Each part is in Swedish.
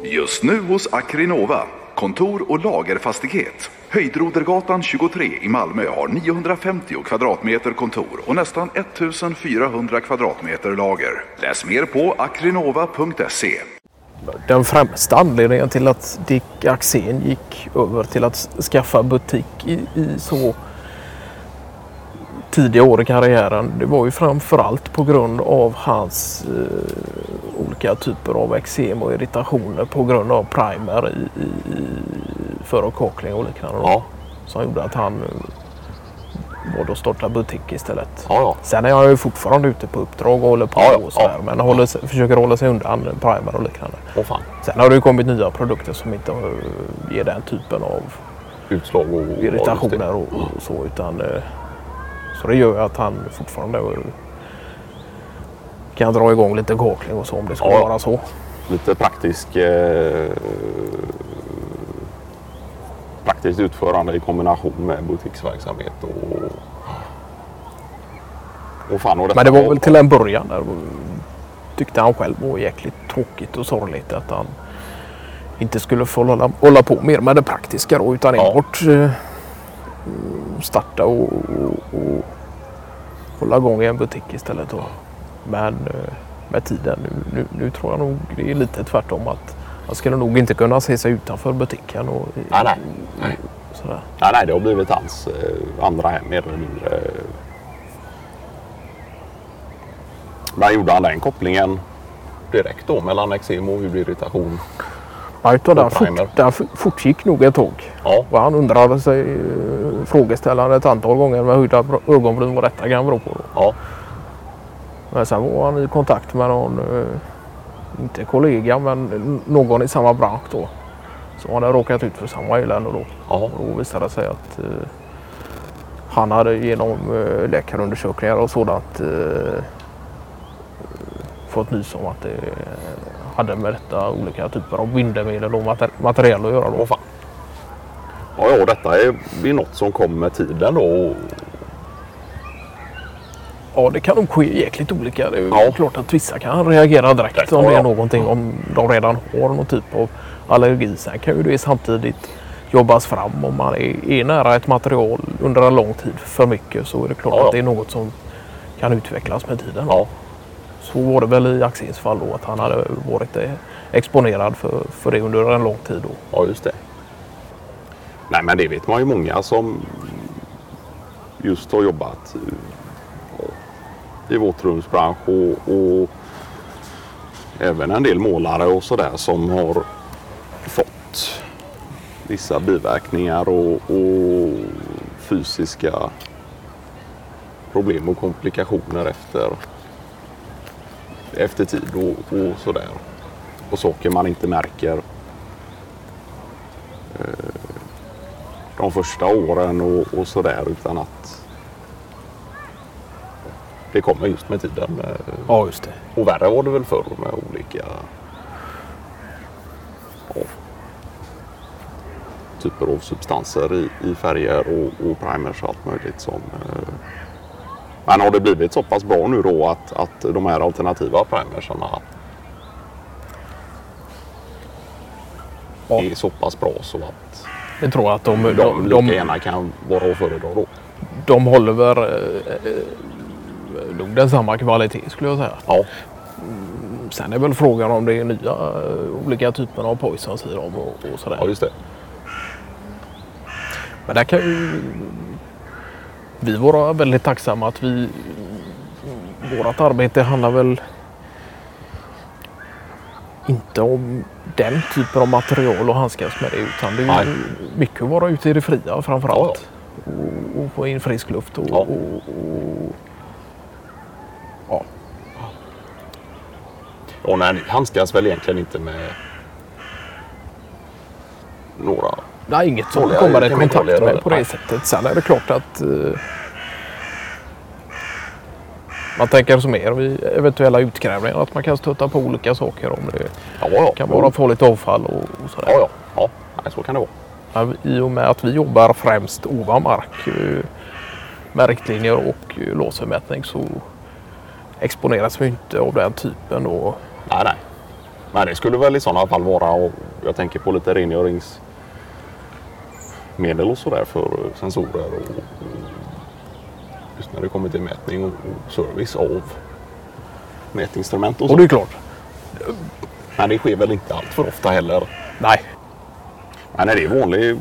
Just nu hos Akrinova, kontor och lagerfastighet. Höjdrodergatan 23 i Malmö har 950 kvadratmeter kontor och nästan 1400 kvadratmeter lager. Läs mer på akrinova.se. Den främsta anledningen till att Dick Axén gick över till att skaffa butik i så tidiga år i karriären, det var ju framförallt på grund av hans olika typer av eksem och irritationer på grund av primer i förokakling och liknande. Ja. Som gjorde att han var då starta butik istället. Ja. Sen är jag ju fortfarande ute på uppdrag och håller på och sådär, men försöker hålla sig undan primer och liknande. Fan. Sen har det ju kommit nya produkter som inte ger den typen av utslag och irritationer och så, utan så det gör att han fortfarande kan dra igång lite kakling och så om det ska vara så. Lite praktiskt utförande i kombination med butiksverksamhet och fan. Och men det var väl till en början där tyckte han själv var jäkligt tråkigt och sorgligt att han inte skulle få hålla på mer med det praktiska då, utan enbart starta och hålla igång i en butik istället då. Men med tiden nu tror jag nog det är lite tvärtom, att man skulle nog inte kunna se sig utanför butiken och sådär. Nej, det har blivit hans andra hem mer eller mindre. Men gjorde han den kopplingen direkt då mellan eksem och hudirritation? Ja, där fortgick nog ett tag. Ja. Och han undrade sig frågeställande ett antal gånger med höjda ögonbryn vad detta kan bero på. Ja. Men sen var han i kontakt med någon, inte kollega, men någon i samma bransch då. Så han hade råkat ut för samma elände då. Ja. Och då visade det sig att han hade genom läkarundersökningar och sådant fått nys om att det hade med detta olika typer av bindemedel och material att göra då. Fan. Ja, detta är något som kommer med tiden då. Ja, det kan nog ske jäkligt olika. Det är klart att vissa kan reagera direkt om det är någonting, om de redan har någon typ av allergi. Sen kan ju det samtidigt jobbas fram. Om man är nära ett material under en lång tid för mycket, så är det klart att det är något som kan utvecklas med tiden. Ja. Så var det väl i Axéns fall då, att han hade varit exponerad för det under en lång tid då. Ja, just det. Nej, men det vet man ju många som just har jobbat i våtrumsbransch och även en del målare och sådär som har fått vissa biverkningar och fysiska problem och komplikationer efter tid och sådär. Och saker man inte märker de första åren och sådär, utan att det kommer just med tiden. Ja, just det. Och värre var det väl förr med olika typer av substanser i färger och primers och allt möjligt som. Men har det blivit så pass bra nu då att de här alternativa primersarna är så pass bra så att jag tror att de lika gärna kan vara att föredra då. De håller väl nog den samma kvalitet, skulle jag säga. Ja. Sen är väl frågan om det är nya olika typer av poisons i dem och sådär. Ja, just det. Men där kan ju vi vara väldigt tacksamma att vårt arbete handlar väl inte om den typen av material och handskas med det, utan det är ju mycket att vara ute i det fria framförallt. Ja. Och få in frisk luft och Och nej, ni handskas väl egentligen inte med några... Nej, inget som kommer i kontakt med på det sättet. Sen är det klart att man tänker som mer vid eventuella utgrävningar, att man kan stöta på olika saker om det kan vara farligt avfall och sådär. Ja, så kan det vara. I och med att vi jobbar främst ovan mark med riktlinjer och lasermätning, så exponeras vi inte av den typen då. Nej. Men det skulle väl i sådana fall vara, och jag tänker på lite rengöringsmedel och sådär för sensorer och just när det kommer till mätning och service av mätinstrument och så. Och det är klart. Men det sker väl inte allt för ofta heller. Nej. Men är det vanlig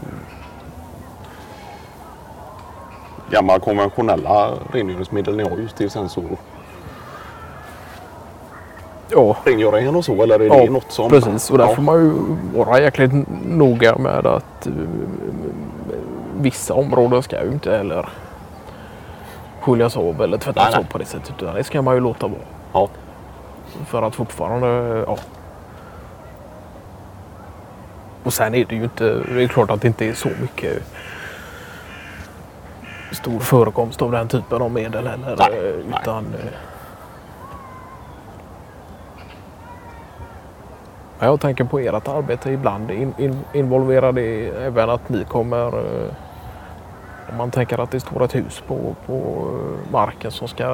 gamla konventionella rengöringsmedel ni har just till sensorer? Ja. Rengöringen och så, eller är det något som... Precis, och där får man ju vara jäkligt noga med att vissa områden ska ju inte heller sköljas av eller tvättas av på det sättet, utan det ska man ju låta vara. Ja. För att fortfarande, ja. Och sen är det ju inte, det är klart att det inte är så mycket stor förekomst av den typen av medel heller. Nej. Utan jag tänker på ert arbete ibland. Involverar det även att ni kommer, om man tänker att det står ett hus på marken som ska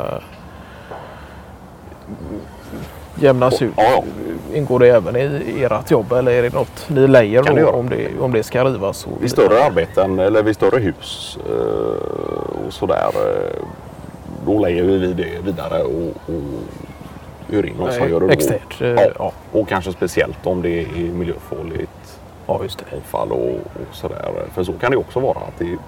jämnas ut. Ja. Ingår det även i ert jobb eller är det något ni lejer då, om det ska rivas? Vid större arbeten eller vid större hus och sådär, då lejer vi det vidare och hyr in oss och gör det externt. Ja. Och kanske speciellt om det är miljöfarligt avfall och sådär. För så kan det också vara att det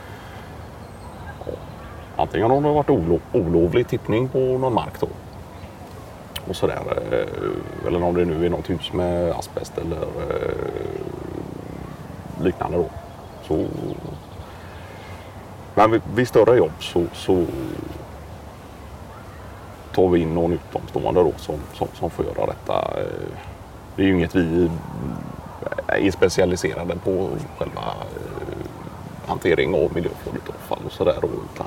antingen har det varit olovlig tippning på någon mark då. Och sådär. Eller om det nu är något hus med asbest eller liknande då. Så, men vid större jobb så tar vi in någon utomstående då som får göra detta. Det är ju inget vi är specialiserade på, själva hantering av miljöfarligt avfall och sådär.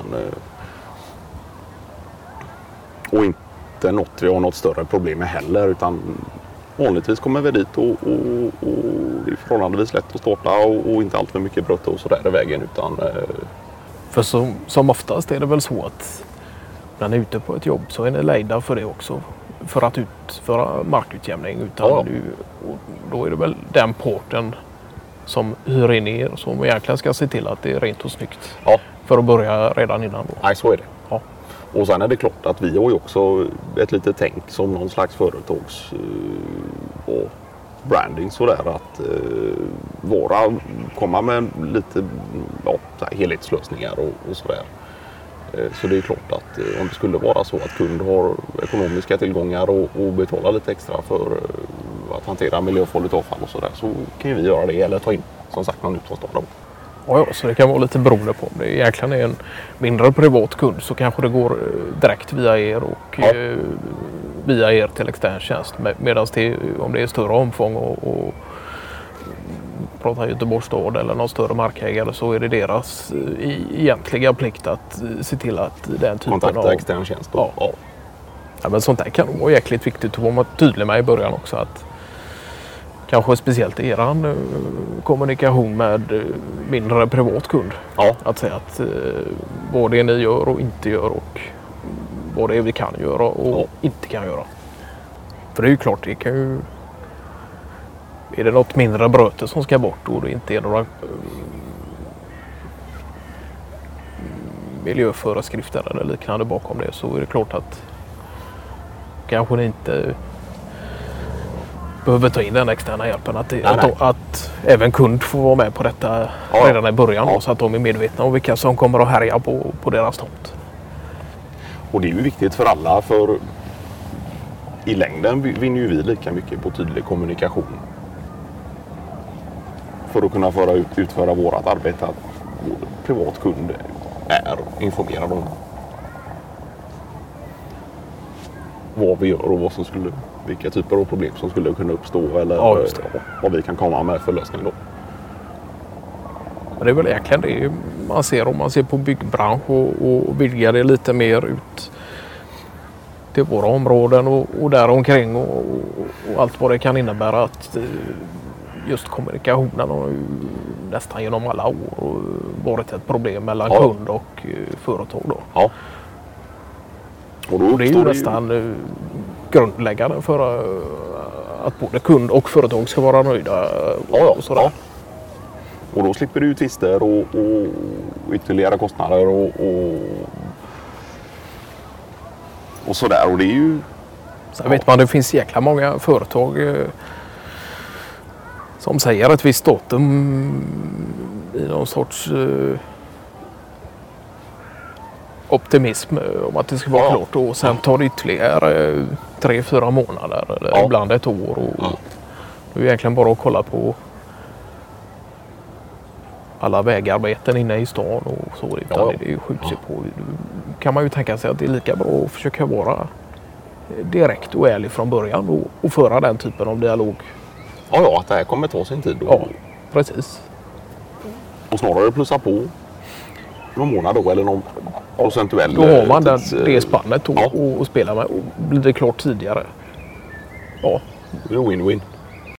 Och inte något vi har något större problem med heller, utan vanligtvis kommer vi dit och det är förhållandevis lätt att starta och inte allt för mycket bröt och sådär i vägen. För som oftast är det väl så att när ni är ute på ett jobb så är ni lejda för det också, för att utföra markutjämning. Då är det väl den porten som hyr in er som egentligen ska se till att det är rent och snyggt. Ja. För att börja redan innan då. Nej, så är det. Ja. Och sen är det klart att vi har ju också ett litet tänk som någon slags företags och branding sådär, att komma med lite helhetslösningar och sådär. Så det är klart att om det skulle vara så att kund har ekonomiska tillgångar och betalar lite extra för att hantera miljöfarligt avfall och sådär, så kan ju vi göra det eller ta in som sagt någon utomstående. Ja, så det kan vara lite beroende på om det egentligen är en mindre privat kund, så kanske det går direkt via er och via er till extern tjänst. Medan om det är större omfång och pratar Göteborgs stad eller någon större markägare, så är det deras egentliga plikt att se till att den typen kontakta extern tjänst. Ja, men sånt där kan vara jäkligt viktigt att vara tydlig med i början också, att kanske speciellt i eran kommunikation med mindre privat kund. Ja. Att säga att vad det är ni gör och inte gör och vad det är vi kan göra och inte kan göra. För det är ju klart, det kan ju... Är det något mindre bröte som ska bort och det inte är några miljöföreskrifter eller liknande bakom det, så är det klart att kanske ni inte behöver ta in den externa hjälpen. Att även kund får vara med på detta redan i början så att de är medvetna om vilka som kommer att härja på deras tomt. Och det är ju viktigt för alla, för i längden vinner ju vi lika mycket på tydlig kommunikation. För att kunna utföra vårt arbete, att privat kund är informerad om vad vi gör och vilka typer av problem som skulle kunna uppstå eller vad vi kan komma med för lösning då. Det är väl egentligen det man ser om man ser på byggbransch och vidgar det lite mer ut till våra områden och där omkring och allt vad det kan innebära, att just kommunikationen har ju nästan genom alla år varit ett problem mellan kund och företag då. Ja. Och det är ju nästan grundläggande för att både kund och företag ska vara nöjda. Och sådär. Ja. Och då slipper du tvister och ytterligare kostnader och sådär. Och det är ju... Sen vet man, det finns jäkla många företag som säger ett visst datum i någon sorts optimism om att det ska vara klart. Och sen tar det ytterligare 3-4 månader eller ibland ett år. Och det är egentligen bara att kolla på alla vägarbeten inne i stan och så. Utan det är ju skjuts på. Kan man ju tänka sig att det är lika bra att försöka vara direkt och ärlig från början och föra den typen av dialog. Ja, att det här kommer ta sin tid. Ja, precis. Och snarare plussa på någon månad då, eller någon procentuell... Då har man det spannet och spela med. Och blir det klart tidigare. Ja. Det är win-win.